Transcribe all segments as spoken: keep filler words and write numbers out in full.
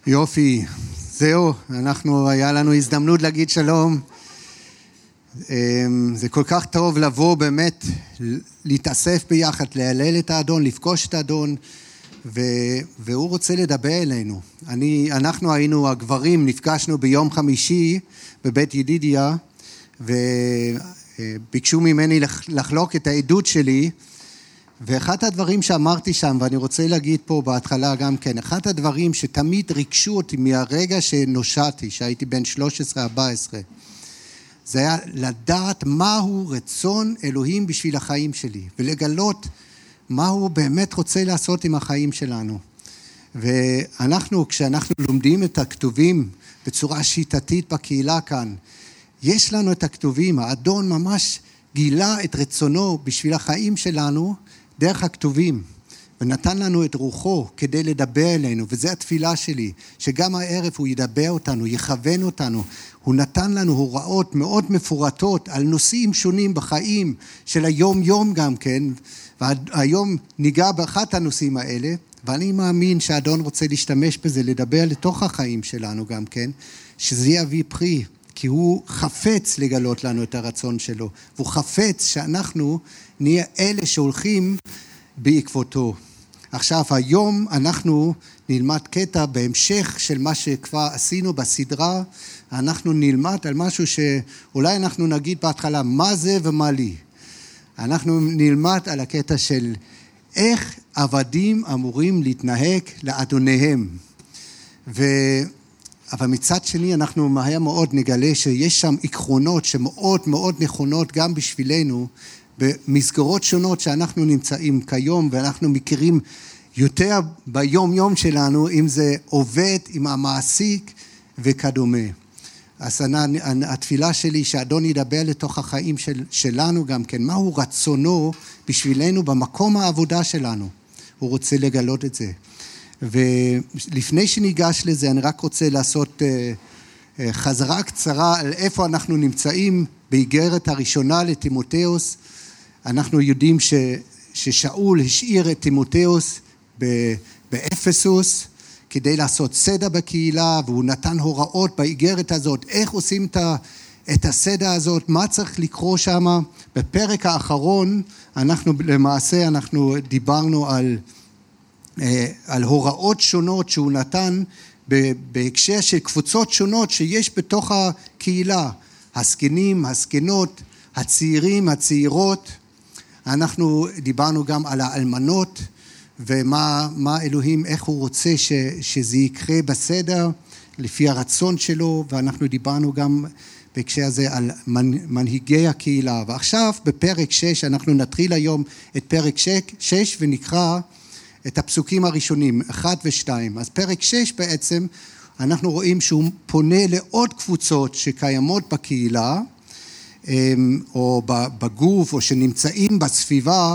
יופי, זהו, אנחנו, היה לנו הזדמנות להגיד שלום. זה כל כך טוב לבוא באמת, להתאסף ביחד, להלל את האדון, לפגוש את האדון, ו, והוא רוצה לדבר אלינו. אני, אנחנו היינו הגברים, נפגשנו ביום חמישי בבית ידידיה, וביקשו ממני לחלוק את העדות שלי, ואחד הדברים שאמרתי שם, ואני רוצה להגיד פה בהתחלה גם כן, אחד הדברים שתמיד ריגשו אותי מהרגע שנושעתי, שהייתי בן שלוש עשרה ארבע עשרה, זה היה לדעת מהו רצון אלוהים בשביל החיים שלי, ולגלות מה הוא באמת רוצה לעשות עם החיים שלנו. ואנחנו, כשאנחנו לומדים את הכתובים בצורה שיטתית בקהילה כאן, יש לנו את הכתובים, האדון ממש גילה את רצונו בשביל החיים שלנו דרך הכתובים, ונתן לנו את רוחו כדי לדבר אלינו, וזו התפילה שלי, שגם הערב הוא ידבר אותנו, יכוון אותנו, הוא נתן לנו הוראות מאוד מפורטות על נושאים שונים בחיים של היום יום גם כן, והיום ניגע באחת הנושאים האלה, ואני מאמין שהאדון רוצה להשתמש בזה, לדבר לתוך החיים שלנו גם כן, שזה יביא פרי, כי הוא חפץ לגלות לנו את הרצון שלו, והוא חפץ שאנחנו נהיה אלה שהולכים בעקבותו. עכשיו, היום אנחנו נלמד קטע בהמשך של מה שכבר עשינו בסדרה, אנחנו נלמד על משהו שאולי אנחנו נגיד בהתחלה, מה זה ומה לי. אנחנו נלמד על הקטע של איך עבדים אמורים להתנהג לאדוניהם. ו... אבל מצד שני אנחנו מהר מאוד נגלה שיש שם עקרונות שמאוד מאוד נכונות גם בשבילנו, במסגרות שונות שאנחנו נמצאים כיום, ואנחנו מכירים יותר ביום יום שלנו, אם זה עובד עם המעסיק וכדומה. אז אני, התפילה שלי שאדון ידבר לתוך החיים של, שלנו גם כן, מהו רצונו בשבילנו במקום העבודה שלנו. הוא רוצה לגלות את זה. ולפני שניגש לזה, אני רק רוצה לעשות חזרה קצרה על איפה אנחנו נמצאים באיגרת הראשונה לתימותאוס. אנחנו יודעים ש, ששאול השאיר את תימותאוס באפסוס כדי לעשות סדר בקהילה, והוא נתן הוראות באיגרת הזאת, איך עושים את הסדר הזאת, מה צריך לקרוא שם. בפרק האחרון, אנחנו למעשה אנחנו דיברנו על על הוראות שונות שהוא נתן בהקשר של קבוצות שונות שיש בתוך הקהילה, הזקנים, הזקנות, הצעירים, הצעירות. אנחנו דיברנו גם על האלמנות ומה מה אלוהים, איך הוא רוצה ש, שזה יקרה בסדר לפי הרצון שלו, ואנחנו דיברנו גם בהקשר הזה על מנהיגי הקהילה. ועכשיו בפרק שש, אנחנו נתחיל היום את פרק שש ונקרא את הפסוקים הראשונים, אחד ושתיים. אז פרק שש בעצם, אנחנו רואים שהוא פונה לעוד קבוצות שקיימות בקהילה, או בגוף, או שנמצאים בסביבה.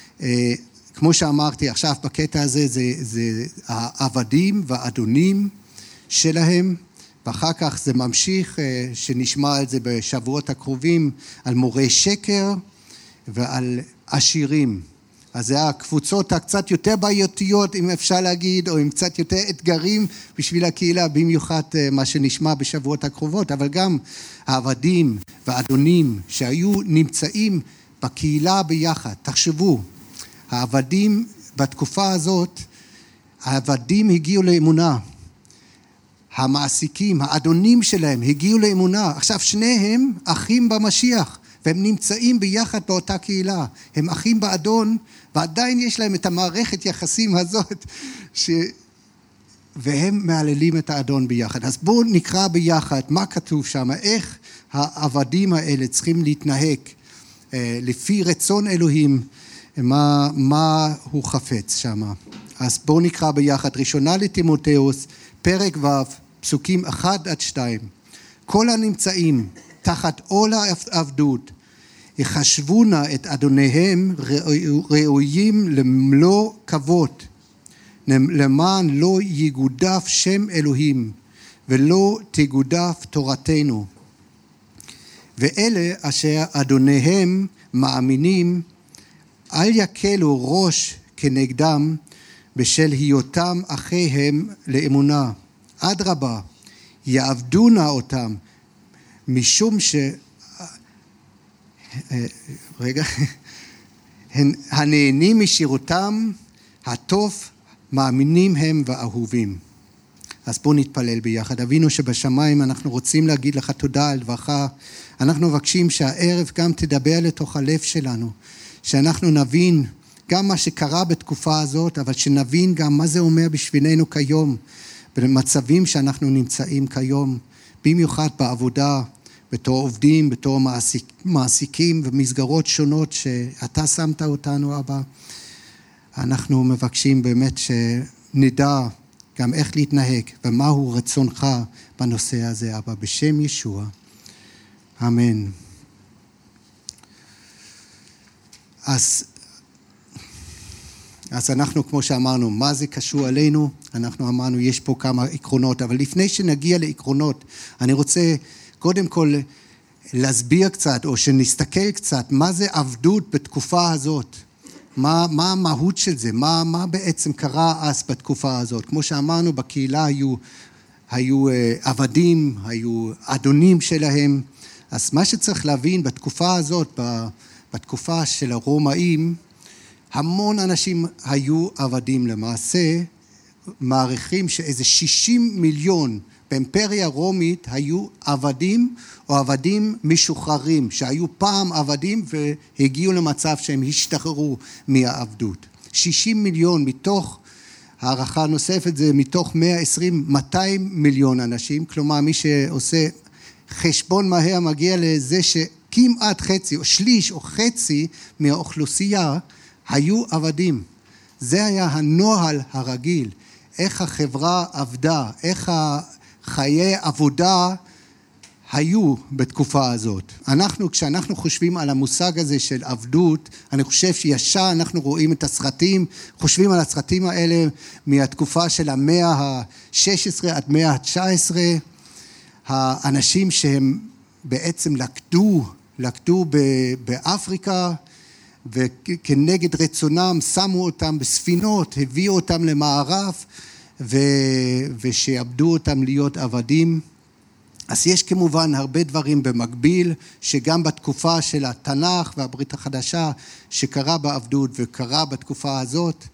כמו שאמרתי עכשיו בקטע הזה, זה, זה העבדים והאדונים שלהם, ואחר כך זה ממשיך, שנשמע על זה בשבועות הקרובים, על מורי שקר ועל עשירים. אז זה הקבוצות הקצת יותר בעייתיות, אם אפשר להגיד, או עם קצת יותר אתגרים בשביל הקהילה, במיוחד מה שנשמע בשבועות הקרובות, אבל גם העבדים והאדונים שהיו נמצאים בקהילה ביחד. תחשבו, העבדים בתקופה הזאת, העבדים הגיעו לאמונה. המעסיקים, האדונים שלהם הגיעו לאמונה. עכשיו שניהם אחים במשיח. והם נמצאים ביחד באותה קהילה, הם אחים באדון, ועדיין יש להם את המערכת יחסים הזאת, ש... והם מעללים את האדון ביחד. אז בואו נקרא ביחד מה כתוב שם, איך העבדים האלה צריכים להתנהג, לפי רצון אלוהים, מה, מה הוא חפץ שם. אז בואו נקרא ביחד, ראשונה לתימותאוס, פרק ו', פסוקים אחד עד שתיים. כל הנמצאים, תחת עול העבדות, יחשבו נא את אדוניהם ראויים למלוא כבוד, למען לא יגודף שם אלוהים, ולא תגודף תורתנו. ואלה אשר אדוניהם מאמינים, אל יקלו ראש כנגדם, בשל היותם אחיהם לאמונה. אדרבה, יעבדונה אותם, משום ש... רגע, הנהנים משירותם הטוב, מאמינים הם ואהובים. אז בואו נתפלל ביחד. אבינו שבשמיים, אנחנו רוצים להגיד לך תודה על דברך. אנחנו מבקשים שהערב גם תדבר לתוך הלב שלנו, שאנחנו נבין גם מה שקרה בתקופה הזאת, אבל שנבין גם מה זה אומר בשבילנו כיום, במצבים שאנחנו נמצאים כיום, במיוחד בעבודה, בתור עובדים, בתור מעסיק, מעסיקים ומסגרות שונות שאתה שמת אותנו, אבא. אנחנו מבקשים באמת שנדע גם איך להתנהג ומהו רצונך בנושא הזה, אבא, בשם ישוע. אמן. אז, אז אנחנו, כמו שאמרנו, מה זה קשור עלינו? אנחנו אמרנו, יש פה כמה עקרונות, אבל לפני שנגיע לעקרונות, אני רוצה קודם כל להסביר קצת, או שנסתכל קצת, מה זה עבדות בתקופה הזאת? מה, מה המהות של זה? מה, מה בעצם קרה אז בתקופה הזאת? כמו שאמרנו, בקהילה היו, היו עבדים, היו אדונים שלהם. אז מה שצריך להבין בתקופה הזאת, בתקופה של הרומאים, המון אנשים היו עבדים. למעשה, מעריכים שאיזה שישים מיליון באימפריה הרומית היו עבדים או עבדים משוחררים, שהיו פעם עבדים והגיעו למצב שהם השתחררו מהעבדות. שישים מיליון מתוך, הערכה נוספת זה מתוך מאה ועשרים, מאתיים מיליון אנשים, כלומר מי שעושה חשבון מהר מגיע לזה שכמעט חצי או שליש או חצי מהאוכלוסייה היו עבדים. זה היה הנוהל הרגיל, איך החברה עבדה, איך חיי עבודה היו בתקופה הזאת. אנחנו, כשאנחנו חושבים על המושג הזה של עבדות, אני חושב שישר אנחנו רואים את הסרטים, חושבים על הסרטים האלה מהתקופה של המאה ה-שש עשרה עד מאה ה-תשע עשרה, האנשים שהם בעצם לקדו, לקדו באפריקה, וכנגד רצונם שמו אותם בספינות, הביאו אותם למערב, ו... ושעבדו אותם להיות עבדים. אז יש כמובן הרבה דברים במקביל, שגם בתקופה של התנ"ך והברית החדשה, שקרה בעבדות וקרה בתקופה הזאת,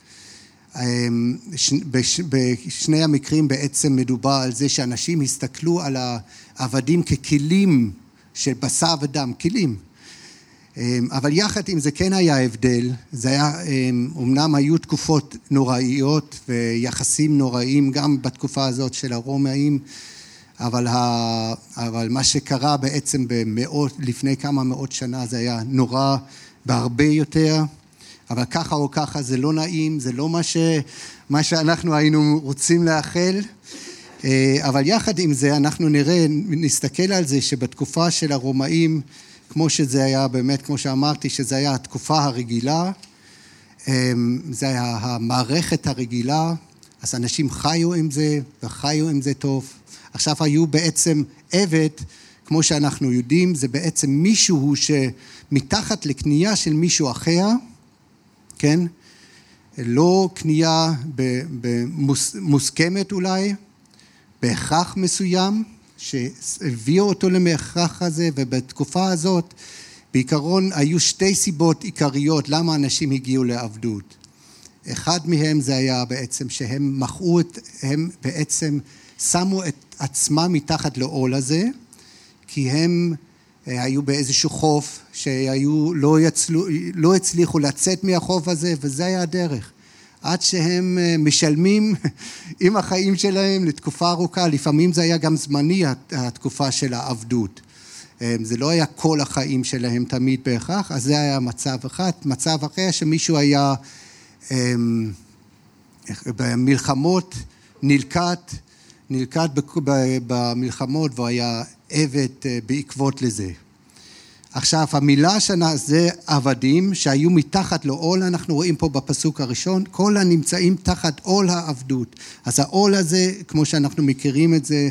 בשני המקרים בעצם מדובר על זה שאנשים הסתכלו על העבדים ככלים של בשר ודם, כלים. אבל יחד עם זה כן היה הבדל, זה היה, אמנם היו תקופות נוראיות ויחסים נוראים גם בתקופה הזאת של הרומאים, אבל, ה, אבל מה שקרה בעצם במאות, לפני כמה מאות שנה זה היה נורא בהרבה יותר, אבל ככה או ככה זה לא נעים, זה לא מה, ש, מה שאנחנו היינו רוצים לאחל, אבל יחד עם זה אנחנו נראה, נסתכל על זה שבתקופה של הרומאים, כמו שזה היה באמת, כמו שאמרתי, שזה היה התקופה הרגילה, זה היה המערכת הרגילה, אז אנשים חיו עם זה וחיו עם זה טוב. עכשיו היו בעצם עבד, כמו שאנחנו יודעים, זה בעצם מישהו שמתחת לקנייה של מישהו אחר, כן? לא קנייה מוסכמת אולי, בהכרח מסוים, שהביאו אותו למהכרח הזה, ובתקופה הזאת, בעיקרון היו שתי סיבות עיקריות למה אנשים הגיעו לעבדות. אחד מהם זה היה בעצם שהם מכרו את, הם בעצם שמו את עצמם מתחת לעול הזה, כי הם היו באיזשהו חוף שהיו, לא, יצלו, לא הצליחו לצאת מהחוף הזה, וזה היה הדרך. עד שהם משלמים עם החיים שלהם לתקופה ארוכה, לפעמים זה היה גם זמני התקופה של העבדות. זה לא היה כל החיים שלהם תמיד בהכרח, אז זה היה מצב אחד. מצב אחר שמישהו היה במלחמות, נלקט, נלקט במלחמות והוא היה עבד בעקבות לזה. עכשיו, המילה שנה זה עבדים שהיו מתחת לעול, אנחנו רואים פה בפסוק הראשון, כל הנמצאים תחת עול העבדות. אז העול הזה, כמו שאנחנו מכירים את זה,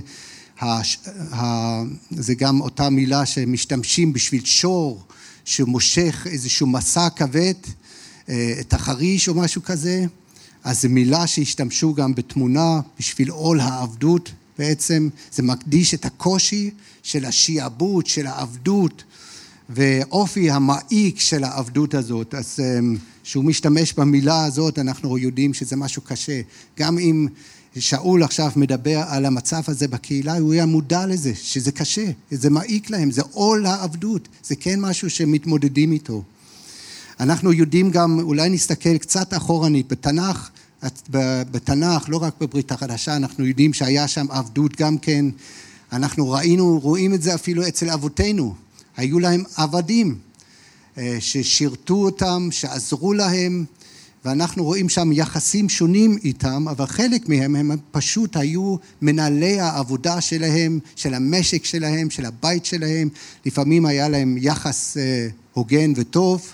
זה גם אותה מילה שמשתמשים בשביל שור, שמושך איזשהו מסע כבד, את החריש או משהו כזה, אז זו מילה שהשתמשו גם בתמונה בשביל עול העבדות, בעצם זה מקדיש את הקושי של השיעבוד, של העבדות, ואופי המעיק של העבדות הזאת. אז שהוא משתמש במילה הזאת, אנחנו יודעים שזה משהו קשה. גם אם שאול עכשיו מדבר על המצב הזה בקהילה, הוא היה מודע לזה, שזה קשה, זה מעיק להם, זה עול העבדות, זה כן משהו שמתמודדים איתו. אנחנו יודעים גם, אולי נסתכל קצת אחורנית, בתנ"ך, בתנ"ך, לא רק בברית החדשה, אנחנו יודעים שהיה שם עבדות גם כן, אנחנו ראינו, רואים את זה אפילו אצל אבותינו, היו להם עבדים, ששירתו אותם, שעזרו להם, ואנחנו רואים שם יחסים שונים איתם, אבל חלק מהם הם פשוט היו מנהלי העבודה שלהם, של המשק שלהם, של הבית שלהם, לפעמים היה להם יחס הוגן וטוב,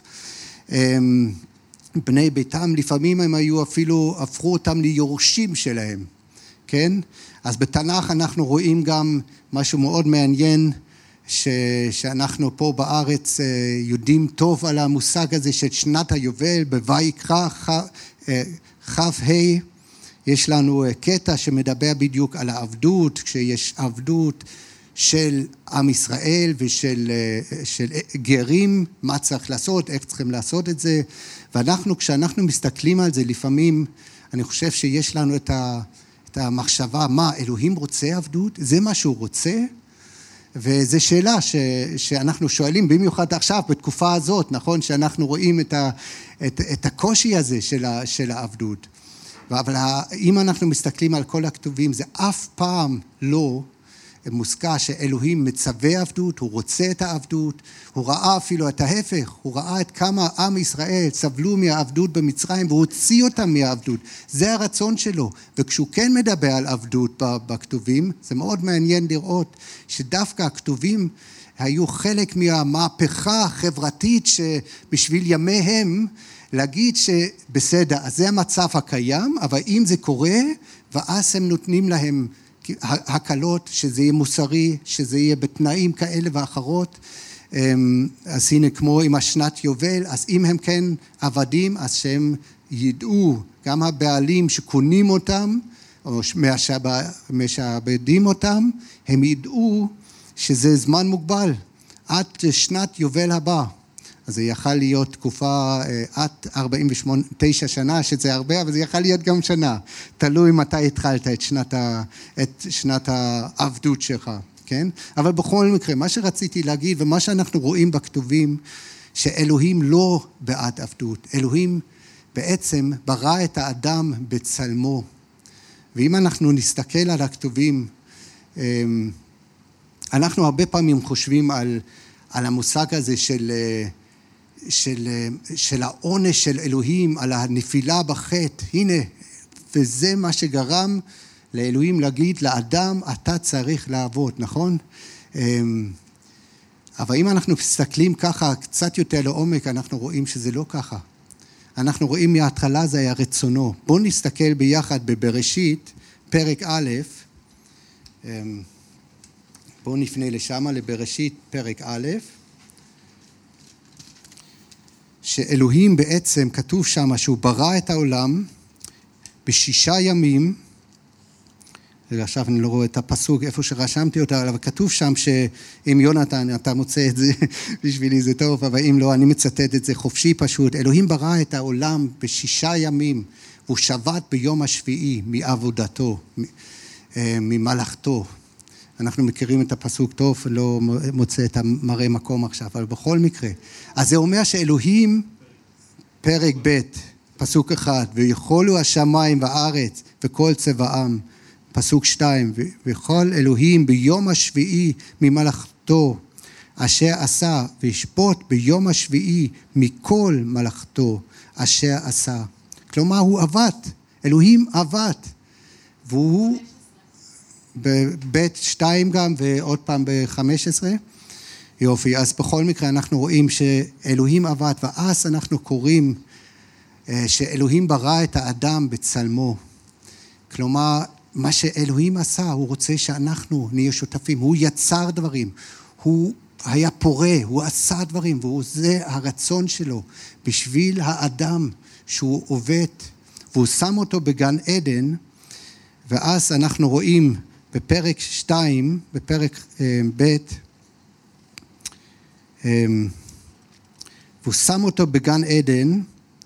בני ביתם, לפעמים הם היו אפילו, הפכו אותם ליורשים שלהם, כן? אז בתנ"ך אנחנו רואים גם משהו מאוד מעניין, ש, שאנחנו פה בארץ יודעים טוב על המושג הזה של שנת היובל, בויקרא כ"ה, יש לנו קטע שמדבר בדיוק על העבדות, כשיש עבדות של עם ישראל ושל של גרים, מה צריך לעשות, איך צריכים לעשות את זה, ואנחנו, כשאנחנו מסתכלים על זה, לפעמים אני חושב שיש לנו את, ה, את המחשבה, מה, אלוהים רוצה עבדות? זה מה שהוא רוצה? וזו שאלה ש, שאנחנו שואלים, במיוחד עכשיו, בתקופה הזאת, נכון, שאנחנו רואים את, ה, את, את הקושי הזה של, ה, של העבדות. אבל אם אנחנו מסתכלים על כל הכתובים, זה אף פעם לא מוזכר שאלוהים מצווה עבדות, הוא רוצה את העבדות, הוא ראה אפילו את ההפך, הוא ראה את כמה עם ישראל סבלו מהעבדות במצרים, והוא הוציא אותם מהעבדות, זה הרצון שלו, וכשהוא כן מדבר על עבדות בכתובים, זה מאוד מעניין לראות שדווקא הכתובים היו חלק מהמהפכה החברתית שבשביל ימיהם, להגיד שבסדר, אז זה המצב הקיים, אבל אם זה קורה, ואז הם נותנים להם הקלות, שזה יהיה מוסרי, שזה יהיה בתנאים כאלה ואחרות, אז הנה כמו עם השנת יובל, אז אם הם כן עבדים, אז שהם ידעו, גם הבעלים שקונים אותם, או משעבדים אותם, הם ידעו שזה זמן מוגבל, עד שנת יובל הבא. אז זה יכל להיות תקופה עד ארבעים ותשע שנה, שזה הרבה, אבל זה יכל להיות גם שנה. תלוי מתי התחלת את שנת, ה, את שנת העבדות שלך, כן? אבל בכל מקרה, מה שרציתי להגיד, ומה שאנחנו רואים בכתובים, שאלוהים לא בעד עבדות. אלוהים בעצם ברא את האדם בצלמו. ואם אנחנו נסתכל על הכתובים, אנחנו הרבה פעמים חושבים על, על המושג הזה של... של, של העונש של אלוהים על הנפילה בחטא, הנה, וזה מה שגרם לאלוהים להגיד לאדם, אתה צריך לעבוד, נכון? אבל אם אנחנו מסתכלים ככה קצת יותר לעומק, אנחנו רואים שזה לא ככה. אנחנו רואים מההתחלה זה היה רצונו. בואו נסתכל ביחד בבראשית, פרק א', בואו נפנה לשם, לבראשית פרק א', שאלוהים בעצם, כתוב שם שהוא ברא את העולם בשישה ימים, עכשיו אני לא רואה את הפסוק איפה שרשמתי אותה, אבל כתוב שם שאם יונתן אתה מוצא את זה, בשבילי זה טוב, אבל אם לא אני מצטט את זה חופשי פשוט, אלוהים ברא את העולם בשישה ימים, והוא שבת ביום השביעי מעבודתו, ממלאכתו. אנחנו מכירים את הפסוק טוב, לא מוצא את המראה מקום עכשיו, אבל בכל מקרה. אז זה אומר שאלוהים, פרק ב', פסוק אחד, ויכולו השמיים והארץ וכל צבאם, פסוק שתיים, וכל אלוהים ביום השביעי ממלאכתו, אשר עשה, וישפוט ביום השביעי מכל מלאכתו, אשר עשה. כלומר, הוא עבד, אלוהים עבד, והוא... בבית שתיים גם, ועוד פעם ב-חמש עשרה. יופי, אז בכל מקרה אנחנו רואים שאלוהים עבד, ואז אנחנו קוראים שאלוהים ברא את האדם בצלמו. כלומר, מה שאלוהים עשה, הוא רוצה שאנחנו נהיה שותפים. הוא יצר דברים, הוא היה פורה, הוא עשה דברים, וזה הרצון שלו בשביל האדם שהוא עובד, והוא שם אותו בגן עדן, ואז אנחנו רואים בפרק שתיים, בפרק ב', והוא שם אותו בגן עדן,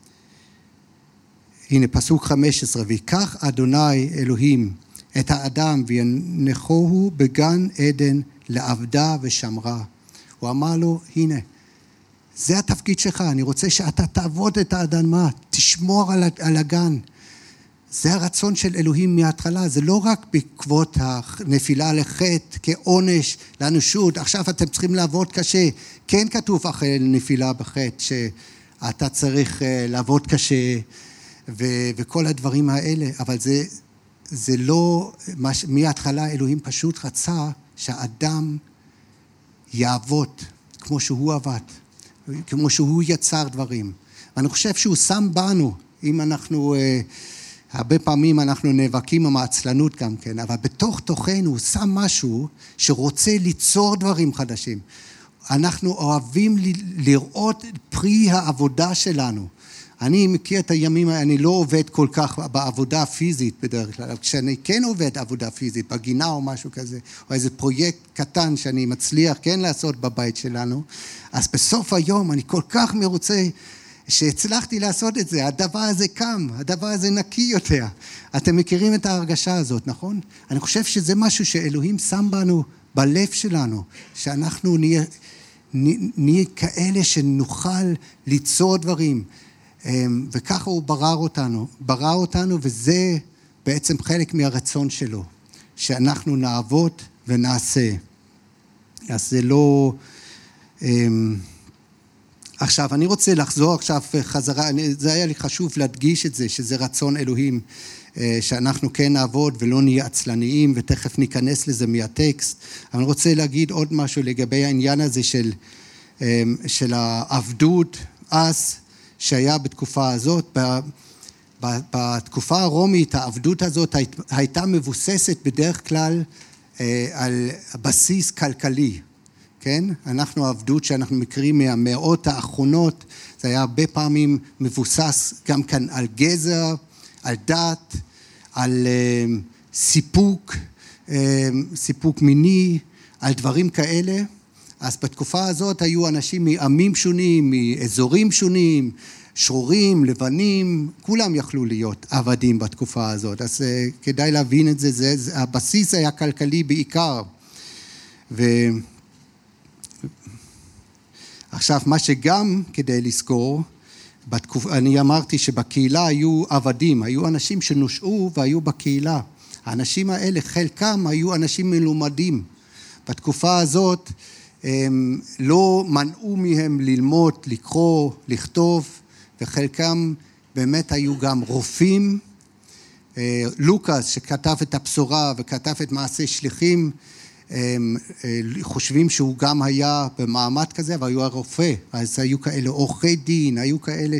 הנה פסוק חמש עשרה, ויקח אדוני אלוהים את האדם וינחוהו בגן עדן לעבדה ושמרה. הוא אמר לו, הנה, זה התפקיד שלך, אני רוצה שאתה תעבוד את האדמה, תשמור על הגן. זה הרצון של אלוהים מההתחלה, זה לא רק בעקבות הנפילה לחטא, כעונש לאנושות, עכשיו אתם צריכים לעבוד קשה. כן כתוב אחרי נפילה בחטא, שאתה צריך לעבוד קשה, ו- וכל הדברים האלה, אבל זה, זה לא, מההתחלה אלוהים פשוט רצה שהאדם יעבוד כמו שהוא עבד, כמו שהוא יצר דברים. ואני חושב שהוא שם בנו, אם אנחנו... הרבה פעמים אנחנו נאבקים עם העצלנות גם כן, אבל בתוך תוכנו הוא שם משהו שרוצה ליצור דברים חדשים. אנחנו אוהבים לראות פרי העבודה שלנו. אני מכיר את הימים, אני לא עובד כל כך בעבודה פיזית בדרך כלל, אבל כשאני כן עובד עבודה פיזית, בגינה או משהו כזה, או איזה פרויקט קטן שאני מצליח כן לעשות בבית שלנו, אז בסוף היום אני כל כך מרוצה, שהצלחתי לעשות את זה, הדבר הזה קם, הדבר הזה נקי יותר. אתם מכירים את ההרגשה הזאת, נכון? אני חושב שזה משהו שאלוהים שם בנו בלב שלנו, שאנחנו נהיה, נהיה כאלה שנוכל ליצור דברים, וככה הוא ברא אותנו, ברא אותנו, וזה בעצם חלק מהרצון שלו, שאנחנו נעבוד ונעשה. אז זה לא... עכשיו, אני רוצה לחזור עכשיו חזרה, זה היה לי חשוב להדגיש את זה, שזה רצון אלוהים, שאנחנו כן נעבוד ולא נהיה עצלניים, ותכף ניכנס לזה מהטקסט. אבל אני רוצה להגיד עוד משהו לגבי העניין הזה של, של העבדות אז, שהיה בתקופה הזאת. בתקופה הרומית, העבדות הזאת הייתה מבוססת בדרך כלל על בסיס כלכלי. כן? אנחנו העבדות שאנחנו מכירים מהמאות האחרונות, זה היה הרבה פעמים מבוסס גם כאן על גזע, על דת, על uh, סיפוק, uh, סיפוק מיני, על דברים כאלה. אז בתקופה הזאת היו אנשים מעמים שונים, מאזורים שונים, שרורים, לבנים, כולם יכלו להיות עבדים בתקופה הזאת. אז uh, כדאי להבין את זה, זה, זה, הבסיס היה כלכלי בעיקר. ו... עכשיו, מה שגם כדי לזכור, בתקופ... אני אמרתי שבקהילה היו עבדים, היו אנשים שנושעו והיו בקהילה. האנשים האלה, חלקם היו אנשים מלומדים. בתקופה הזאת הם לא מנעו מהם ללמוד, לקרוא, לכתוב, וחלקם באמת היו גם רופאים. לוקאס שכתב את הבשורה וכתב את מעשה שליחים, הם חושבים שהוא גם היה במעמד כזה, אבל היו הרופא, אז היו כאלה עורכי דין, היו כאלה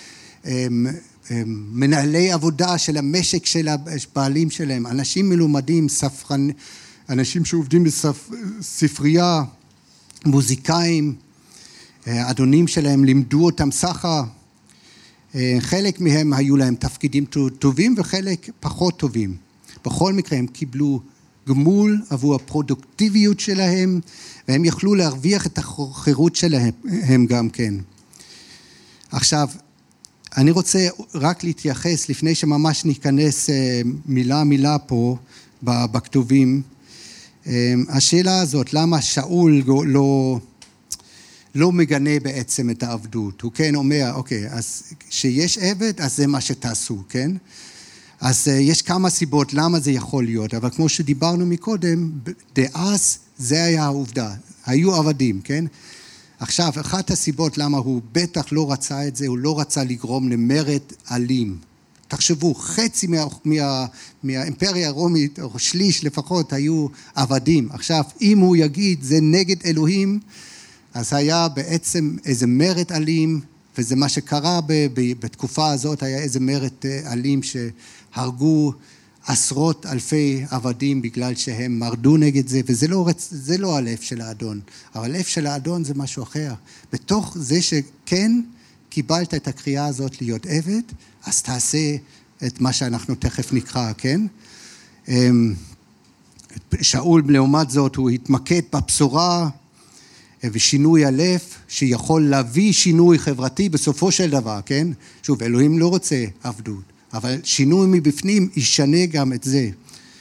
שמנהלי עבודה של המשק של הבעלים שלהם, אנשים מלומדים, ספרן, אנשים שעובדים בספרייה, מוזיקאים, אדונים שלהם לימדו אותם שכר, חלק מהם היו להם תפקידים טובים וחלק פחות טובים. בכל מקרה הם קיבלו גמול עבור הפרודוקטיביות שלהם, והם יכלו להרוויח את החירות שלהם הם גם כן. עכשיו, אני רוצה רק להתייחס, לפני שממש ניכנס מילה מילה פה בכתובים, השאלה הזאת, למה שאול לא, לא מגנה בעצם את העבדות? הוא כן אומר, אוקיי, אז שיש עבד, אז זה מה שתעשו, כן? אז יש כמה סיבות למה זה יכול להיות, אבל כמו שדיברנו מקודם, דאז זה היה העובדה, היו עבדים, כן? עכשיו, אחת הסיבות למה הוא בטח לא רצה את זה, הוא לא רצה לגרום למרד אלים. תחשבו, חצי מה, מה, מהאימפריה הרומית, או שליש לפחות, היו עבדים. עכשיו, אם הוא יגיד זה נגד אלוהים, אז היה בעצם איזה מרד אלים, וזה מה שקרה בתקופה הזאת, היה איזה מרד אלים שהרגו עשרות אלפי עבדים בגלל שהם מרדו נגד זה, וזה לא, זה לא הלב של האדון, אבל הלב של האדון זה משהו אחר. בתוך זה שכן קיבלת את הקריאה הזאת להיות עבד, אז תעשה את מה שאנחנו תכף נקרא, כן? שאול לעומת זאת הוא התמקד בבשורה ושינוי הלב שיכול להביא שינוי חברתי בסופו של דבר, כן? שוב, אלוהים לא רוצה עבדות, אבל שינוי מבפנים ישנה גם את זה.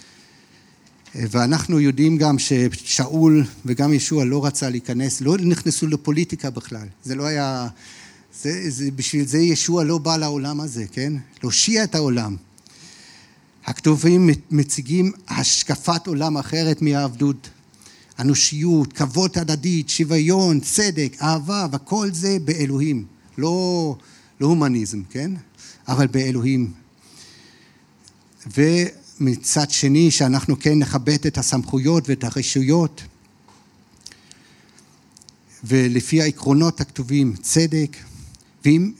ואנחנו יודעים גם ששאול וגם ישוע לא רצה להיכנס, לא נכנסו לפוליטיקה בכלל. זה לא היה, זה, זה, בשביל זה ישוע לא בא לעולם הזה, כן? להושיע את העולם. הכתובים מציגים השקפת עולם אחרת מהעבדות. אנושיות, כבוד הדדית, שוויון, צדק, אהבה, וכל זה באלוהים. לא, לא הומניזם, כן? אבל באלוהים. ומצד שני, שאנחנו כן נכבד את הסמכויות ואת הרשויות, ולפי העקרונות הכתובים, צדק, ואם...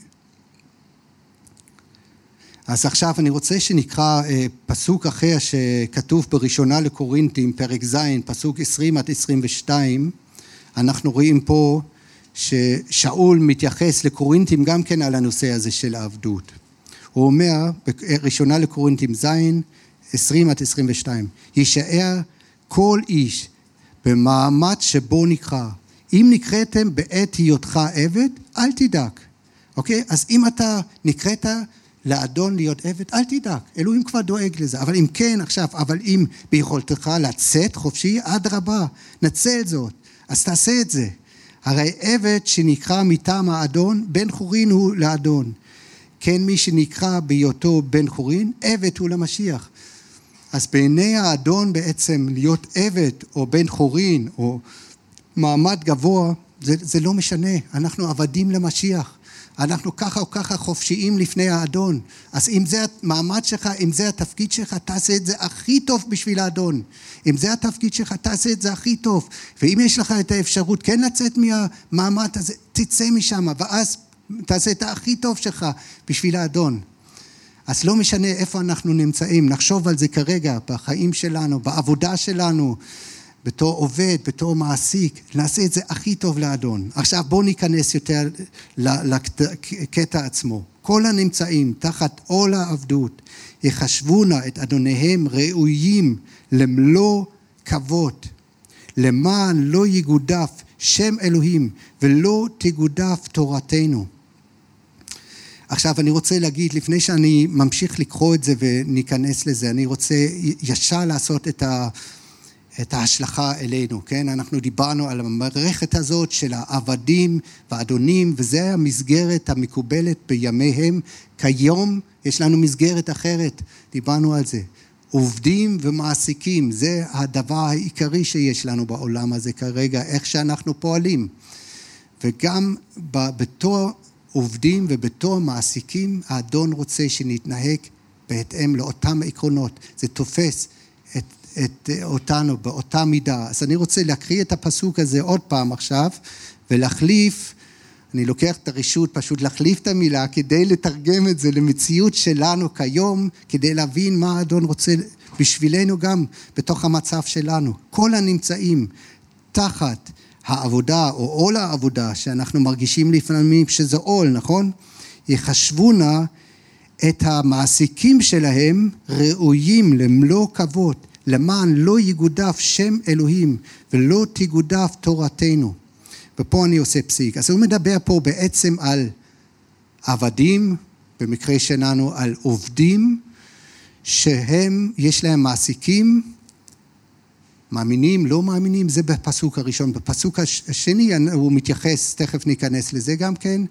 אז עכשיו אני רוצה שנקרא פסוק אחר שכתוב בראשונה לקורינתים, פרק ז', פסוק עשרים עד עשרים ושתיים. אנחנו רואים פה ששאול מתייחס לקורינתים גם כן על הנושא הזה של העבדות. הוא אומר, בראשונה לקורינתים ז', עשרים עד עשרים ושתיים, יישאר כל איש במעמד שבו נקרא. אם נקראתם בעת היותך עבד, אל תדאג. אוקיי? אז אם אתה נקראת לאדון להיות עבד, אל תדאג, אלוהים כבר דואג לזה, אבל אם כן עכשיו, אבל אם ביכולתך לצאת חופשי, עד רבה, נצל זאת, אז תעשה את זה. הרי עבד שנקרא מטעם האדון, בן חורין הוא לאדון, כן מי שנקרא בהיותו בן חורין, עבד הוא למשיח. אז בעיני האדון בעצם להיות עבד או בן חורין או מעמד גבוה, זה, זה לא משנה, אנחנו עבדים למשיח. אנחנו ככה או ככה חופשיים לפני האדון. אז אם זה המעמד שלך, אם זה התפקיד שלך, תעשה את זה הכי טוב בשביל האדון. אם זה התפקיד שלך, תעשה את זה הכי טוב. ואם יש לך את האפשרות כן לצאת מהמעמד הזה, תצא משם, ואז תעשה את הכי טוב שלך בשביל האדון. אז לא משנה איפה אנחנו נמצאים, נחשוב על זה כרגע, בחיים שלנו, בעבודה שלנו, בתור עובד, בתור מעסיק, נעשה את זה הכי טוב לאדון. עכשיו בואו ניכנס יותר לקטע עצמו. כל הנמצאים תחת עול העבדות, יחשבונה את אדוניהם ראויים למלוא כבוד, למען לא יגודף שם אלוהים ולא תגודף תורתנו. עכשיו אני רוצה להגיד, לפני שאני ממשיך לקרוא את זה וניכנס לזה, אני רוצה ישר לעשות את ה... את ההשלכה אלינו, כן? אנחנו דיברנו על המערכת הזאת של העבדים והאדונים, וזה המסגרת המקובלת בימיהם. כיום יש לנו מסגרת אחרת, דיברנו על זה. עובדים ומעסיקים, זה הדבר העיקרי שיש לנו בעולם הזה כרגע, איך שאנחנו פועלים. וגם בתור עובדים ובתור מעסיקים, האדון רוצה שנתנהג בהתאם לאותם עקרונות. זה תופס את את אותנו באותה מידה. אז אני רוצה להקריא את הפסוק הזה עוד פעם עכשיו, ולהחליף, אני לוקח את הרשות פשוט להחליף את המילה, כדי לתרגם את זה למציאות שלנו כיום, כדי להבין מה האדון רוצה בשבילנו גם בתוך המצב שלנו. כל הנמצאים תחת העבודה או עול העבודה, שאנחנו מרגישים לפעמים שזה עול, נכון? יחשבונה את המעסיקים שלהם ראויים למלוא כבוד, למען לא יגודף שם אלוהים ולא תגודף תורתנו. ופה אני עושה פסיק. אז הוא מדבר פה בעצם על עבדים, במקרה שלנו על עובדים, שהם, יש להם מעסיקים, מאמינים, לא מאמינים, זה בפסוק הראשון. בפסוק השני הוא מתייחס, תכף ניכנס לזה גם כן,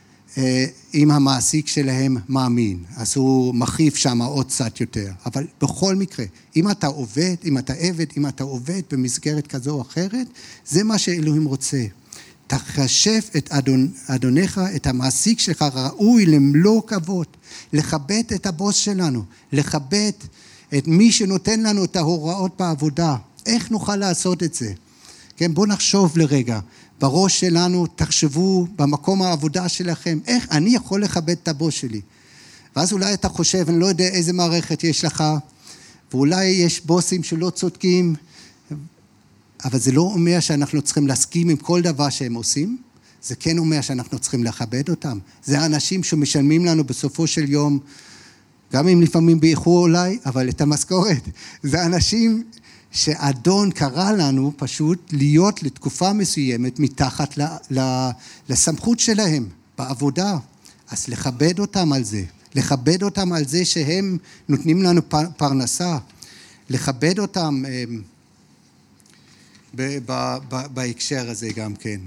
אם המעסיק שלהם מאמין, אז הוא מחיף שם עוד קצת יותר. אבל בכל מקרה, אם אתה עובד, אם אתה עבד, אם אתה עובד במסגרת כזו או אחרת, זה מה שאלוהים רוצה. תחשב את אדון, אדונך, את המעסיק שלך, ראוי למלוא כבוד, לכבד את הבוס שלנו, לכבד את מי שנותן לנו את ההוראות בעבודה. איך נוכל לעשות את זה? כן, בואו נחשוב לרגע. בראש שלנו תחשבו במקום העבודה שלכם, איך אני יכול לכבד את הבוס שלי. ואז אולי אתה חושב, אני לא יודע איזה מערכת יש לך, ואולי יש בוסים שלא צודקים, אבל זה לא אומר שאנחנו צריכים להסכים עם כל דבר שהם עושים, זה כן אומר שאנחנו צריכים לכבד אותם. זה האנשים שמשלמים לנו בסופו של יום, גם אם לפעמים באיחור אולי, אבל את המשכורת. זה אנשים שאדון קרא לנו פשוט להיות לתקופה מסוימת מתחת ל, ל, לסמכות שלהם בעבודה. אז לכבד אותם על זה, לכבד אותם על זה שהם נותנים לנו פרנסה, לכבד אותם ב, ב, ב, בהקשר הזה גם כן.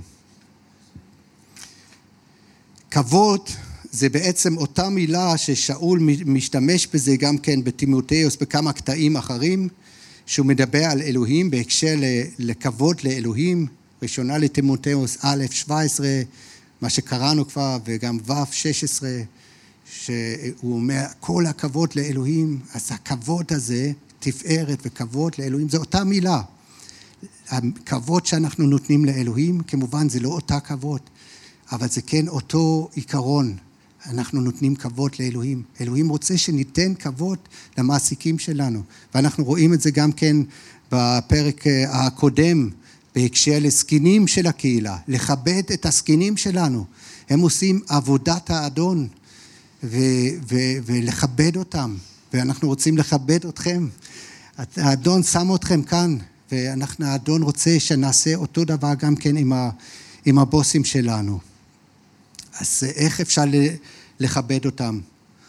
כבוד זה בעצם אותה מילה ששאול משתמש בזה גם כן בתימותאוס בכמה קטעים אחרים, שהוא מדבר על אלוהים בהקשר לכבוד לאלוהים, ראשונה לתימותאוס א' שבע עשרה, מה שקראנו כבר, וגם ו' שש עשרה, שהוא אומר כל הכבוד לאלוהים, אז הכבוד הזה, תפארת וכבוד לאלוהים, זה אותה מילה. הכבוד שאנחנו נותנים לאלוהים, כמובן זה לא אותה כבוד, אבל זה כן אותו עיקרון. אנחנו נותנים כבוד לאלוהים. אלוהים רוצה שניתן כבוד למעסיקים שלנו. ואנחנו רואים את זה גם כן בפרק הקודם, בהקשר לסקינים של הקהילה. לכבד את הסקינים שלנו. הם עושים עבודת האדון, ו- ו- ולכבד אותם. ואנחנו רוצים לכבד אתכם. האדון שם אתכם כאן, ואנחנו, האדון רוצה שנעשה אותו דבר גם כן עם, ה- עם הבוסים שלנו. אז איך אפשר לכבד אותם?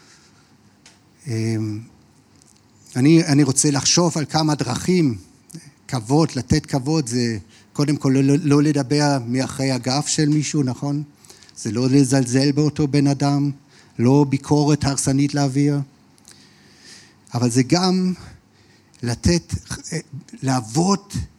אני, אני רוצה לחשוב על כמה דרכים. כבוד, לתת כבוד, זה קודם כל לא, לא לדבר מאחרי הגב של מישהו, נכון? זה לא לזלזל באותו בן אדם, לא ביקורת הרסנית להעביר, אבל זה גם לתת, לעבוד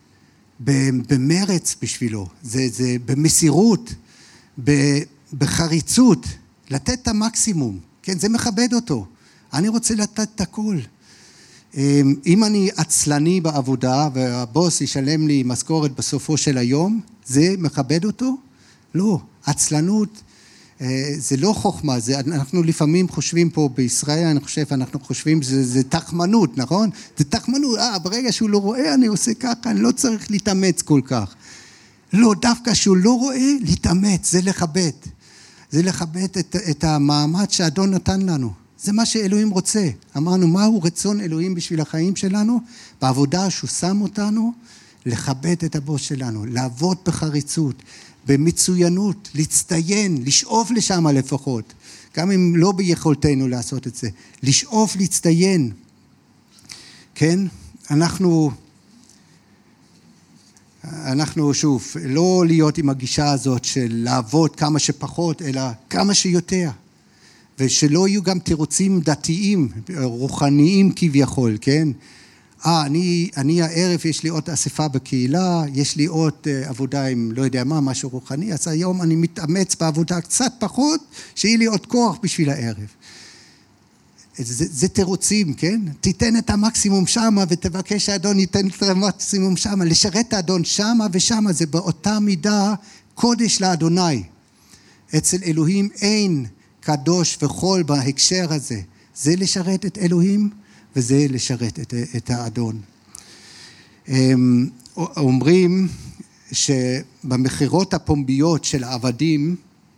במרץ בשבילו, זה, זה במסירות, בחריצות, לתת את המקסימום, כן, זה מכבד אותו. אני רוצה לתת את הכל. אם אני עצלני בעבודה והבוס ישלם לי משכורת בסופו של היום, זה מכבד אותו? לא, עצלנות זה לא חוכמה, זה, אנחנו לפעמים חושבים פה בישראל, אני חושב, אנחנו חושבים שזה זה תחמנות, נכון? זה תחמנות, אה, ברגע שהוא לא רואה אני עושה ככה, אני לא צריך להתאמץ כל כך. לא, דווקא שהוא לא רואה, להתאמץ, זה לכבד. זה לכבד את, את המעמד שהאדון נתן לנו. זה מה שאלוהים רוצה. אמרנו, מהו רצון אלוהים בשביל החיים שלנו? בעבודה שהוא שם אותנו, לכבד את הבוס שלנו, לעבוד בחריצות, במצוינות, להצטיין, לשאוף לשם לפחות. גם אם לא ביכולתנו לעשות את זה. לשאוף, להצטיין. כן? אנחנו... אנחנו שוב, לא להיות עם הגישה הזאת של לעבוד כמה שפחות, אלא כמה שיותר. ושלא יהיו גם תירוצים דתיים, רוחניים כביכול, כן? אה, אני, אני הערב יש לי עוד אספה בקהילה, יש לי עוד עבודה עם לא יודע מה, משהו רוחני, אז היום אני מתאמץ בעבודה קצת פחות, שיהיה לי עוד כוח בשביל הערב. זה, זה תירוצים, כן? תיתן את המקסימום שמה ותבקש שהאדון ייתן את המקסימום שמה, לשרת את האדון שמה ושמה, זה באותה מידה קודש לאדוני. אצל אלוהים אין קדוש וחול בהקשר הזה. זה לשרת את אלוהים וזה לשרת את, את האדון. אומרים שבמחירות הפומביות של העבדים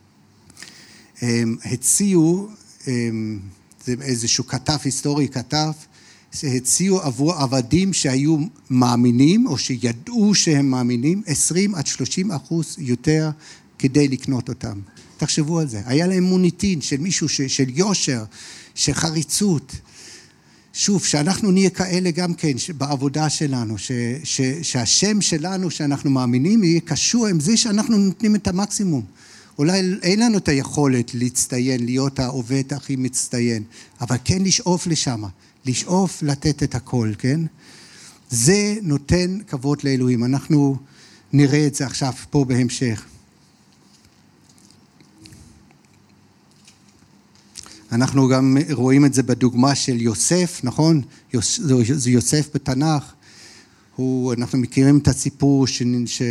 הציעו, זה איזשהו כתב היסטורי כתב, שהציעו עבור עבדים שהיו מאמינים או שידעו שהם מאמינים עשרים עד שלושים אחוז יותר כדי לקנות אותם. תחשבו על זה. היה להם מוניטין של מישהו ש, של יושר, של חריצות. שוב, שאנחנו נהיה כאלה גם כן בעבודה שלנו, ש, ש, שהשם שלנו שאנחנו מאמינים יהיה קשור עם זה שאנחנו נותנים את המקסימום. אולי אין לנו את היכולת להצטיין, להיות העובד הכי מצטיין, אבל כן לשאוף לשם, לשאוף לתת את הכל, כן? זה נותן כבוד לאלוהים. אנחנו נראה את זה עכשיו פה בהמשך. אנחנו גם רואים את זה בדוגמה של יוסף, נכון? זה יוסף בתנ"ך. הוא, אנחנו מכירים את הסיפור ש...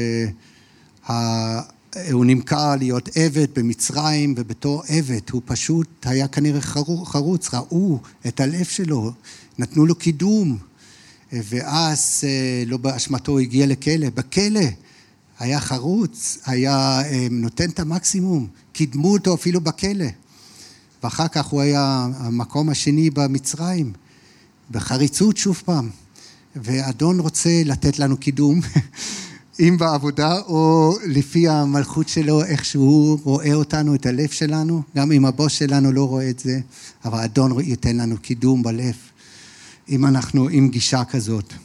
שה... הוא נמכר להיות עבד במצרים, ובתור עבד הוא פשוט היה כנראה חרוץ, ראו את הלב שלו, נתנו לו קידום, ואז לא באשמתו הגיע לכלא, בכלא היה חרוץ, היה נותן את המקסימום, קידמו אותו אפילו בכלא, ואחר כך הוא היה המקום השני במצרים, בחריצות שוב פעם, ואדון רוצה לתת לנו קידום, אם בעבודה או לפי המלכות שלו, איך שהוא רואה אותנו, את הלב שלנו, גם אם הבוס שלנו לא רואה את זה, אבל אדון ייתן לנו קידום בלב, אם אנחנו עם גישה כזאת.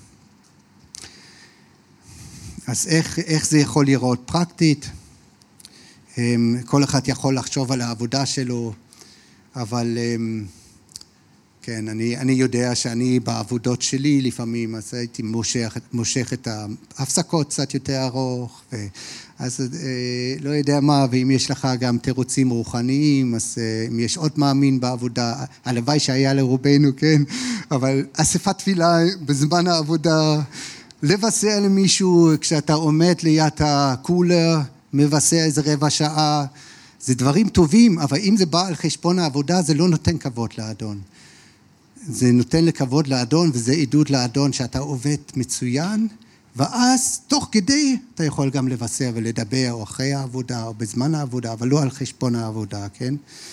אז איך, איך זה יכול לראות פרקטית? כל אחד יכול לחשוב על העבודה שלו, אבל כן, אני, אני יודע שאני בעבודות שלי לפעמים, אז הייתי מושך, מושך את ההפסקות קצת יותר ארוך, ו, אז לא יודע מה, ואם יש לך גם תירוצים רוחניים, אז אם יש עוד מאמין בעבודה, הלוואי שהיה לרובנו, כן, אבל אספת תפילה בזמן העבודה, לבשר למישהו כשאתה עומד ליד הקולר, מבשר איזה רבע שעה, זה דברים טובים, אבל אם זה בא על חשבון העבודה, זה לא נותן כבוד לאדון. זה נותן לכבוד לאדון, וזה עדות לאדון שאתה עובד מצוין, ואז תוך כדי אתה יכול גם לבשר ולדבר, או אחרי העבודה, או בזמן העבודה, אבל לא על חשבון העבודה, כן?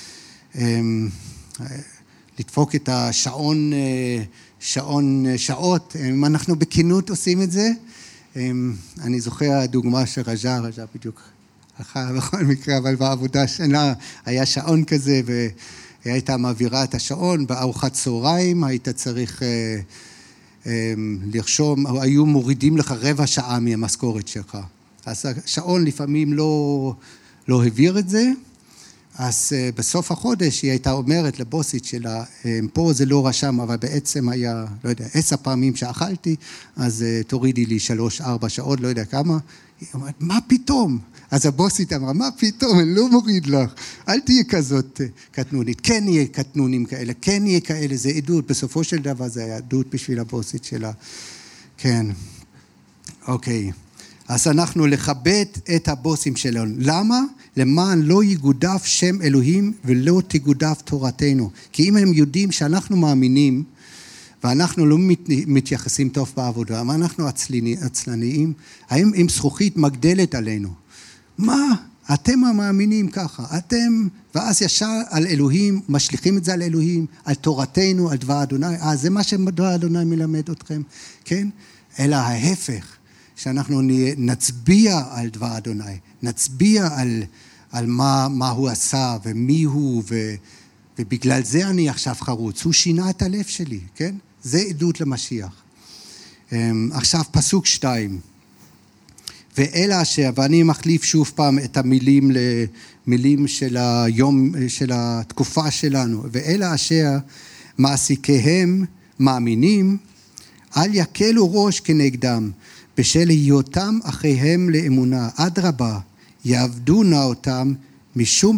לדפוק את השעון, שעון שעות, אם אנחנו בכנות עושים את זה, אני זוכר הדוגמה של רג'ה, רג'ה בדיוק הלכה בכל מקרה, אבל בעבודה שלה היה שעון כזה, והייתה מעבירה את השעון, בארוחת צהריים היית צריך אה, אה, לרשום, או היו מורידים לך רבע שעה מהמשכורת שלך. אז השעון לפעמים לא, לא העביר את זה, אז אה, בסוף החודש היא הייתה אומרת לבוסית שלה, אה, פה זה לא רשם, אבל בעצם היה, לא יודע, עשר פעמים שאכלתי, אז אה, תורידי לי שלוש, ארבע שעות, לא יודע כמה. היא אומרת, מה פתאום? אז הבוסית אמרה, מה פתאום, אני לא מוריד לך, אל תהיה כזאת קטנונית, כן יהיה קטנונים כאלה, כן יהיה כאלה, זה עדות, בסופו של דבר זה היה עדות בשביל הבוסית שלה, כן, אוקיי, אז אנחנו לכבד את הבוסים שלנו, למה? למען לא יגודף שם אלוהים ולא תגודף תורתנו, כי אם הם יודעים שאנחנו מאמינים, ואנחנו לא מתייחסים טוב בעבודה, אבל אנחנו עצלניים, האם אם זכוכית מגדלת עלינו, מה? אתם המאמינים ככה, אתם, ואז ישר על אלוהים, משליכים את זה על אלוהים, על תורתנו, על דבר אדוני, אה, זה מה שדבר אדוני מלמד אתכם, כן? אלא ההפך, שאנחנו נצביע על דבר אדוני, נצביע על, על מה, מה הוא עשה ומי הוא, ו, ובגלל זה אני עכשיו חרוץ, הוא שינה את הלב שלי, כן? זה עדות למשיח. עכשיו פסוק שתיים. ואלה אשר, ואני מחליף שוב פעם את המילים למילים של היום, של התקופה שלנו, ואלה אשר מעסיקיהם מאמינים, אל יקלו ראש כנגדם, בשל היותם אחיהם לאמונה, אדרבה, יעבדו נא אותם, משום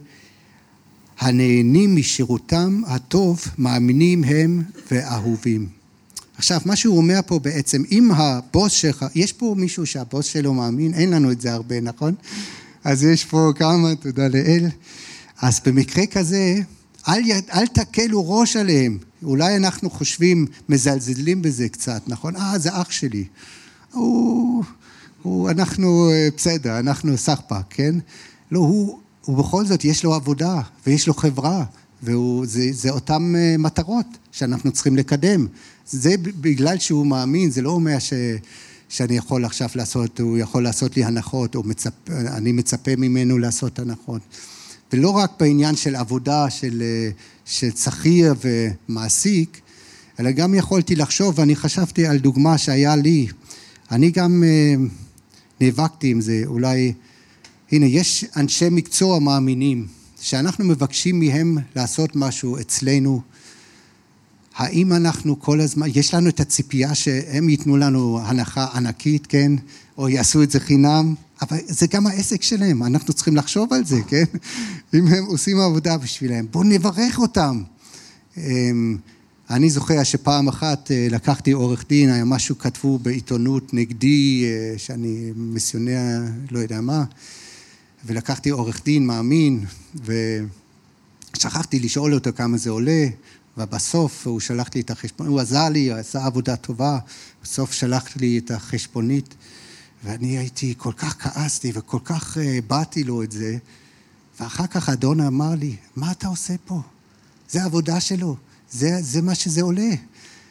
שהנהנים משירותם הטוב, מאמינים הם ואהובים. עכשיו, מה שהוא אומר פה בעצם, אם הבוס שלך, יש פה מישהו שהבוס שלו מאמין, אין לנו את זה הרבה, נכון? אז יש פה כמה, תודה לאל. אז במקרה כזה, אל, אל תקלו ראש עליהם. אולי אנחנו חושבים, מזלזלים בזה קצת, נכון? אה, זה אח שלי. הוא, הוא, אנחנו בסדר, אנחנו סחפה, כן? לא, הוא, הוא בכל זאת, יש לו עבודה, ויש לו חברה, וזה זה אותם מטרות שאנחנו צריכים לקדם. זה בגלל שהוא מאמין, זה לא אומר ש, שאני יכול עכשיו לעשות, הוא יכול לעשות לי הנחות, או מצפ, אני מצפה ממנו לעשות הנחות. ולא רק בעניין של עבודה, של, של שכיר ומעסיק, אלא גם יכולתי לחשוב, ואני חשבתי על דוגמה שהיה לי, אני גם נאבקתי עם זה, אולי, הנה, יש אנשי מקצוע מאמינים, שאנחנו מבקשים מהם לעשות משהו אצלנו, האם אנחנו כל הזמן, יש לנו את הציפייה שהם ייתנו לנו הנחה ענקית, כן? או יעשו את זה חינם, אבל זה גם העסק שלהם, אנחנו צריכים לחשוב על זה, כן? אם הם עושים עבודה בשבילם, בואו נברך אותם. אני זוכר שפעם אחת לקחתי עורך דין, היה משהו כתבו בעיתונות נגדי, שאני מיסיונר, לא יודע מה, ולקחתי עורך דין מאמין, ושכחתי לשאול אותו כמה זה עולה, ובסוף הוא שלח לי את החשבונית, הוא עזר לי, הוא עשה עבודה טובה, בסוף שלח לי את החשבונית, ואני הייתי, כל כך כעסתי וכל כך באתי לו את זה, ואחר כך אדון אמר לי, מה אתה עושה פה? זה העבודה שלו, זה, זה מה שזה עולה.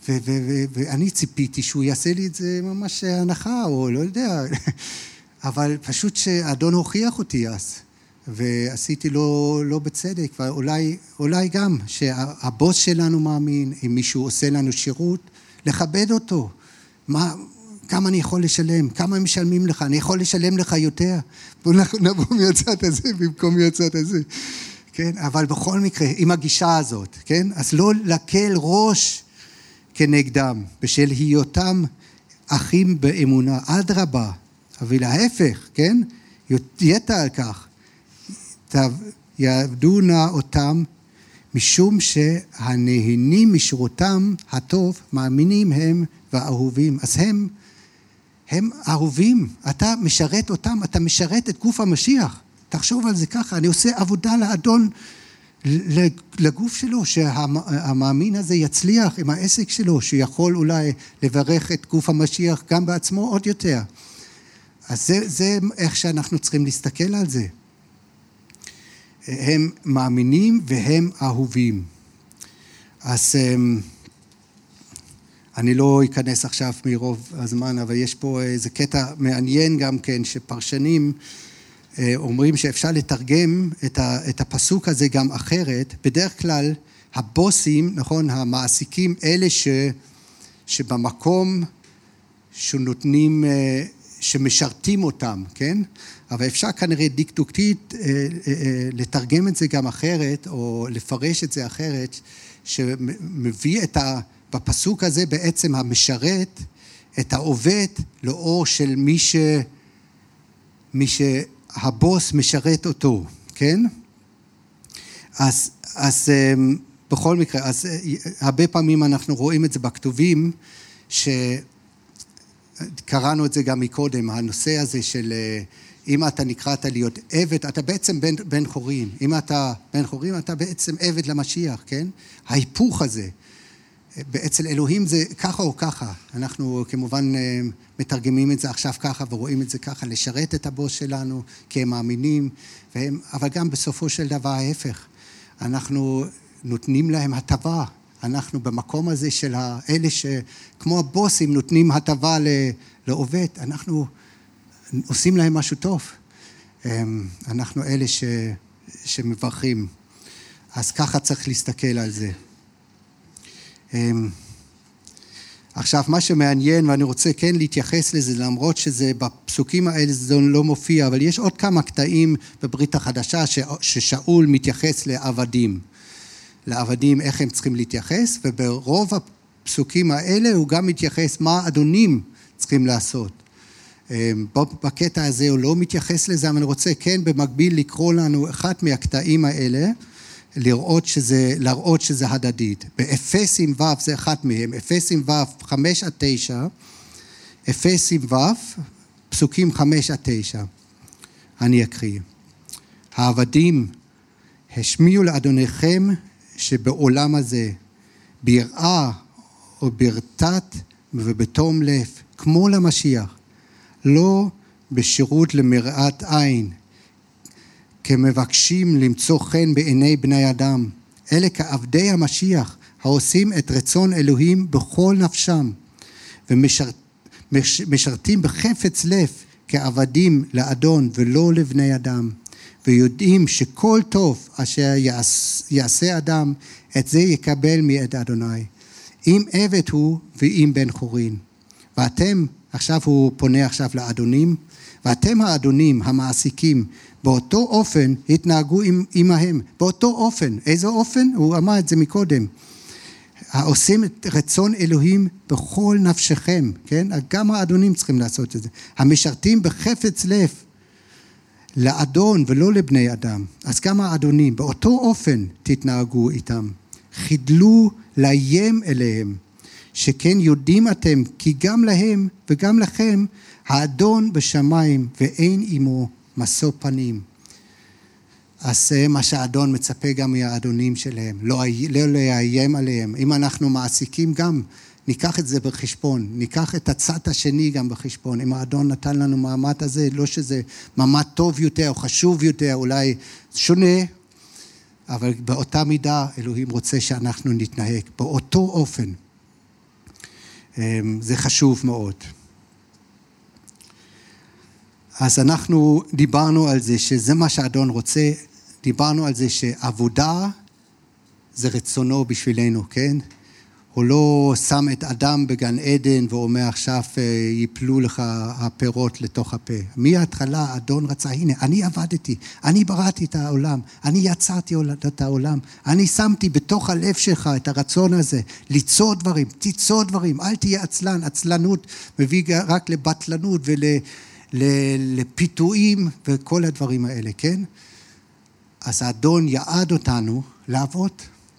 ואני ציפיתי שהוא יעשה לי את זה ממש הנחה, או לא יודע, אבל פשוט שהאדון הוכיח אותי אז, ועשיתי לו לא בצדק, ואולי אולי גם שהבוס שלנו מאמין, אם מישהו עושה לנו שירות, לכבד אותו. מה, כמה אני יכול לשלם? כמה משלמים לך? אני יכול לשלם לך יותר. בואו נבוא מהצד הזה במקום מהצד הזה. כן? אבל בכל מקרה, עם הגישה הזאת, כן? אז לא לקל ראש כנגדם, בשל היותם אחים באמונה, אדרבה, אבל להפך, כן? יתע על כך, יעבדו נא אותם, משום שהנהנים משירותם הטוב, מאמינים הם ואהובים. אז הם, הם אהובים, אתה משרת אותם, אתה משרת את גוף המשיח. תחשוב על זה ככה, אני עושה עבודה לאדון, לגוף שלו, שהמאמין הזה יצליח עם העסק שלו, שיכול אולי לברך את גוף המשיח גם בעצמו עוד יותר. אז זה, זה איך שאנחנו צריכים להסתכל על זה. הם מאמינים והם אהובים. אז אני לא אכנס עכשיו מרוב הזמן, אבל יש פה איזה קטע מעניין גם כן, שפרשנים אומרים שאפשר לתרגם את הפסוק הזה גם אחרת. בדרך כלל הבוסים, נכון, המעסיקים, אלה ש, שבמקום שנותנים, שמשרתים אותם, כן? אבל אפשר כנראה דקדוקתית לתרגם את זה גם אחרת, או לפרש את זה אחרת, שמביא את ה... בפסוק הזה בעצם המשרת, את העובד לאור של מי ש... מי שהבוס משרת אותו, כן? אז, אז בכל מקרה, אז הרבה פעמים אנחנו רואים את זה בכתובים, שקראנו את זה גם מקודם, הנושא הזה של אם אתה נקראת להיות עבד, אתה בעצם בן, בן חורים. אם אתה בן חורים, אתה בעצם עבד למשיח, כן? ההיפוך הזה. אצל אלוהים זה ככה או ככה. אנחנו כמובן מתרגמים את זה עכשיו ככה ורואים את זה ככה, לשרת את הבוס שלנו, כי הם מאמינים, והם, אבל גם בסופו של דבר ההפך. אנחנו נותנים להם הטבה. אנחנו במקום הזה של האלה שכמו הבוסים נותנים הטבה לעובד, אנחנו עושים להם משהו טוב. אנחנו אלה ש, שמברכים. אז ככה צריך להסתכל על זה. עכשיו, מה שמעניין, ואני רוצה כן להתייחס לזה, למרות שזה בפסוקים האלה זה לא מופיע, אבל יש עוד כמה קטעים בברית החדשה ש, ששאול מתייחס לעבדים. לעבדים, איך הם צריכים להתייחס, וברוב הפסוקים האלה הוא גם מתייחס מה אדונים צריכים לעשות. בקטע הזה הוא לא מתייחס לזה, אבל אני רוצה כן במקביל לקרוא לנו אחד מהקטעים האלה, לראות שזה, להראות שזה הדדית. באפסים ו' זה אחד מהם, אפסים ו' חמש עד תשע, אפסים ו' פסוקים חמש עד תשע. אני אקריא. העבדים, השמיעו לאדוניכם שבעולם הזה, ביראה או ברתת ובתום לב, כמו למשיח, לא בשירות למראת עין, כמבקשים למצוא חן בעיני בני אדם, אלה כעבדי המשיח, העושים את רצון אלוהים בכל נפשם, ומשרתים בחפץ לב כעבדים לאדון ולא לבני אדם, ויודעים שכל טוב אשר יעשה אדם, את זה יקבל מאת אדוני. אם עבד הוא ואם בן חורין. ואתם, עכשיו הוא פונה עכשיו לאדונים, ואתם האדונים, המעסיקים, באותו אופן התנהגו עמהם. באותו אופן. איזה אופן? הוא אמר את זה מקודם. העושים את רצון אלוהים בכל נפשכם, כן? גם האדונים צריכים לעשות את זה. המשרתים בחפץ לב לאדון ולא לבני אדם. אז גם האדונים, באותו אופן תתנהגו איתם. חידלו לאיים אליהם, שכן יודעים אתם כי גם להם וגם לכם האדון בשמיים ואין עמו משוא פנים. אז זה מה שהאדון מצפה גם מהאדונים שלהם, לא, לא לאיים עליהם. אם אנחנו מעסיקים גם, ניקח את זה בחשבון, ניקח את הצד השני גם בחשבון. אם האדון נתן לנו מעמד הזה, לא שזה מעמד טוב יותר או חשוב יותר, אולי שונה, אבל באותה מידה אלוהים רוצה שאנחנו נתנהג, באותו אופן. זה חשוב מאוד. אז אנחנו דיברנו על זה שזה מה שהאדון רוצה, דיברנו על זה שעבודה זה רצונו בשבילנו, כן? הוא לא שם את אדם בגן עדן ואומר עכשיו ייפלו לך הפירות לתוך הפה. מההתחלה האדון רצה, הנה, אני עבדתי, אני בראתי את העולם, אני יצרתי את העולם, אני שמתי בתוך הלב שלך את הרצון הזה, ליצור דברים, תיצור דברים, אל תהיה עצלן, עצלנות מביא רק לבטלנות ולפיתויים וכל הדברים האלה, כן? אז האדון יעד אותנו לעבוד,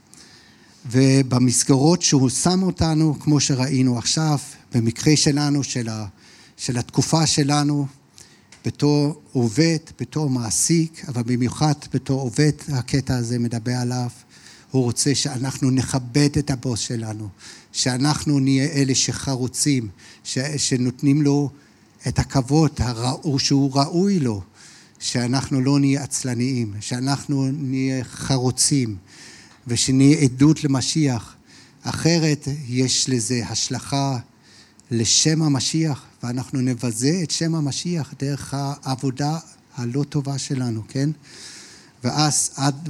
ובמסגרות שהוא שם אותנו, כמו שראינו עכשיו, במקרה שלנו, של, ה, של התקופה שלנו, בתור עובד, בתור מעסיק, אבל במיוחד בתור עובד, הקטע הזה מדבר עליו, הוא רוצה שאנחנו נכבד את הבוס שלנו, שאנחנו נהיה אלה שחרוצים, ש, שנותנים לו את הכבוד הראו, שהוא ראוי לו, שאנחנו לא נהיה עצלניים, שאנחנו נהיה חרוצים, ושנהיה עדות למשיח. אחרת יש לזה השלכה לשם המשיח, ואנחנו נבזה את שם המשיח דרך העבודה הלא טובה שלנו, כן? ואז עד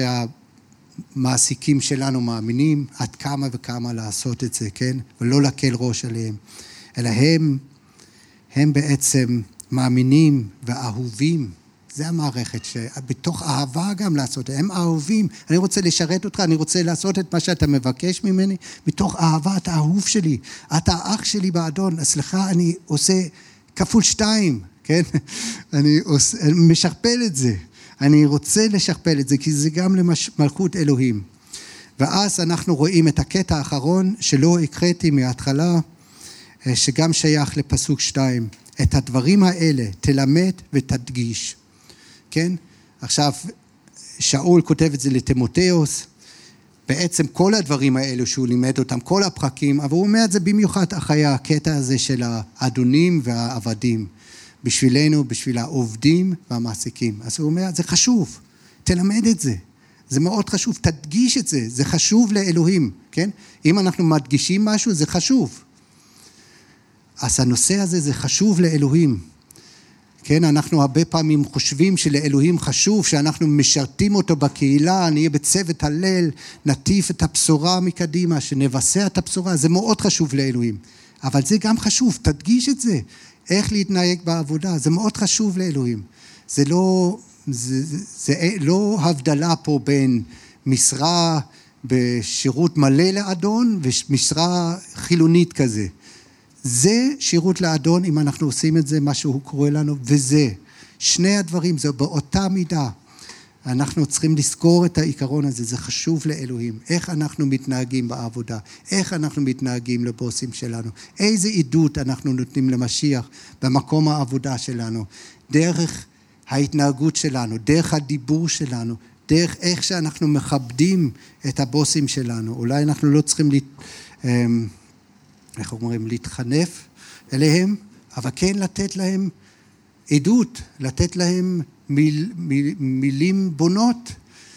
וכשהמעסיקים שלנו מאמינים, עד כמה וכמה לעשות את זה, כן? ולא לקל ראש עליהם. אלא הם, הם בעצם מאמינים ואהובים. זה המערכת שבתוך אהבה גם לעשות, הם אהובים, אני רוצה לשרת אותך, אני רוצה לעשות את מה שאתה מבקש ממני, מתוך אהבה, אתה אהוב שלי, אתה האח שלי באדון, סליחה, אני עושה כפול שתיים, כן? אני עושה, משכפל את זה, אני רוצה לשכפל את זה, כי זה גם למלכות אלוהים. ואז אנחנו רואים את הקטע האחרון, שלא הקראתי מההתחלה, שגם שייך לפסוק שתיים, את הדברים האלה תלמד ותדגיש. כן? עכשיו, שאול כותב את זה לתימותאוס, בעצם כל הדברים האלו שהוא לימד אותם, כל הפרקים, אבל הוא אומר את זה במיוחד אחרי הקטע הזה של האדונים והעבדים, בשבילנו, בשביל העובדים והמעסיקים. אז הוא אומר, זה חשוב, תלמד את זה, זה מאוד חשוב, תדגיש את זה, זה חשוב לאלוהים, כן? אם אנחנו מדגישים משהו, זה חשוב. אז הנושא הזה זה חשוב לאלוהים. כן, אנחנו הרבה פעמים חושבים שלאלוהים חשוב, שאנחנו משרתים אותו בקהילה, נהיה בצוות הלל, נטיף את הבשורה מקדימה, שנבשר את הבשורה, זה מאוד חשוב לאלוהים. אבל זה גם חשוב, תדגיש את זה, איך להתנהג בעבודה, זה מאוד חשוב לאלוהים. זה לא, זה, זה, זה לא הבדלה פה בין משרה בשירות מלא לאדון, ומשרה חילונית כזה. זה שירות לאדון, אם אנחנו עושים את זה, מה שהוא קורא לנו, וזה, שני הדברים, זה באותה מידה. אנחנו צריכים לזכור את העיקרון הזה, זה חשוב לאלוהים. איך אנחנו מתנהגים בעבודה, איך אנחנו מתנהגים לבוסים שלנו, איזה עדות אנחנו נותנים למשיח במקום העבודה שלנו, דרך ההתנהגות שלנו, דרך הדיבור שלנו, דרך איך שאנחנו מכבדים את הבוסים שלנו. אולי אנחנו לא צריכים לה... איך אומרים, להתחנף אליהם, אבל כן לתת להם עדות, לתת להם מיל, מיל, מילים בונות,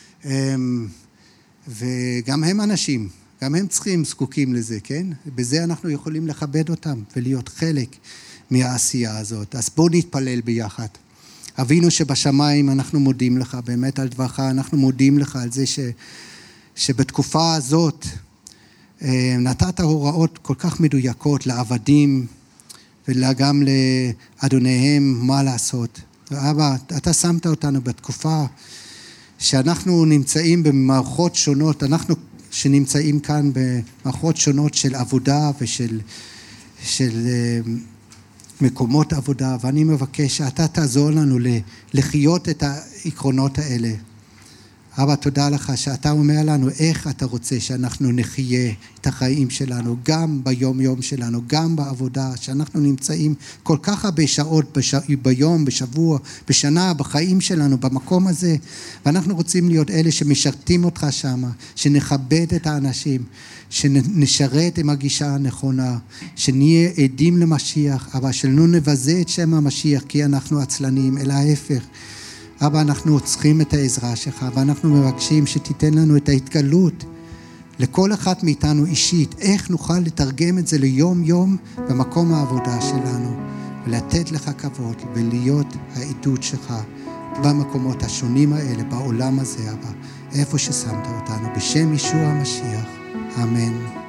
וגם הם אנשים, גם הם צריכים, זקוקים לזה, כן? בזה אנחנו יכולים לכבד אותם ולהיות חלק מהעשייה הזאת. אז בואו נתפלל ביחד. אבינו שבשמיים, אנחנו מודים לך, באמת על דברך, אנחנו מודים לך על זה ש, שבתקופה הזאת, נתת הוראות כל כך מדויקות לעבדים וגם לאדוניהם מה לעשות. אבא, אתה שמת אותנו בתקופה שאנחנו נמצאים במערכות שונות, אנחנו שנמצאים כאן במערכות שונות של עבודה ושל של מקומות עבודה, ואני מבקש שאתה תעזור לנו לחיות את העקרונות האלה. אבא, תודה לך שאתה אומר לנו איך אתה רוצה שאנחנו נחיה את החיים שלנו, גם ביום יום שלנו, גם בעבודה, שאנחנו נמצאים כל כך הרבה שעות בש... ביום, בשבוע, בשנה, בחיים שלנו, במקום הזה, ואנחנו רוצים להיות אלה שמשרתים אותך שם, שנכבד את האנשים, שנשרת עם הגישה הנכונה, שנהיה עדים למשיח, אבל שלא נבזה את שם המשיח כי אנחנו עצלנים, אלא ההפך. אבא, אנחנו צריכים את העזרה שלך, ואנחנו מבקשים שתיתן לנו את ההתגלות לכל אחת מאיתנו אישית, איך נוכל לתרגם את זה ליום יום במקום העבודה שלנו, ולתת לך כבוד ולהיות העדות שלך במקומות השונים האלה, בעולם הזה הבא, איפה ששמת אותנו, בשם ישוע המשיח, אמן.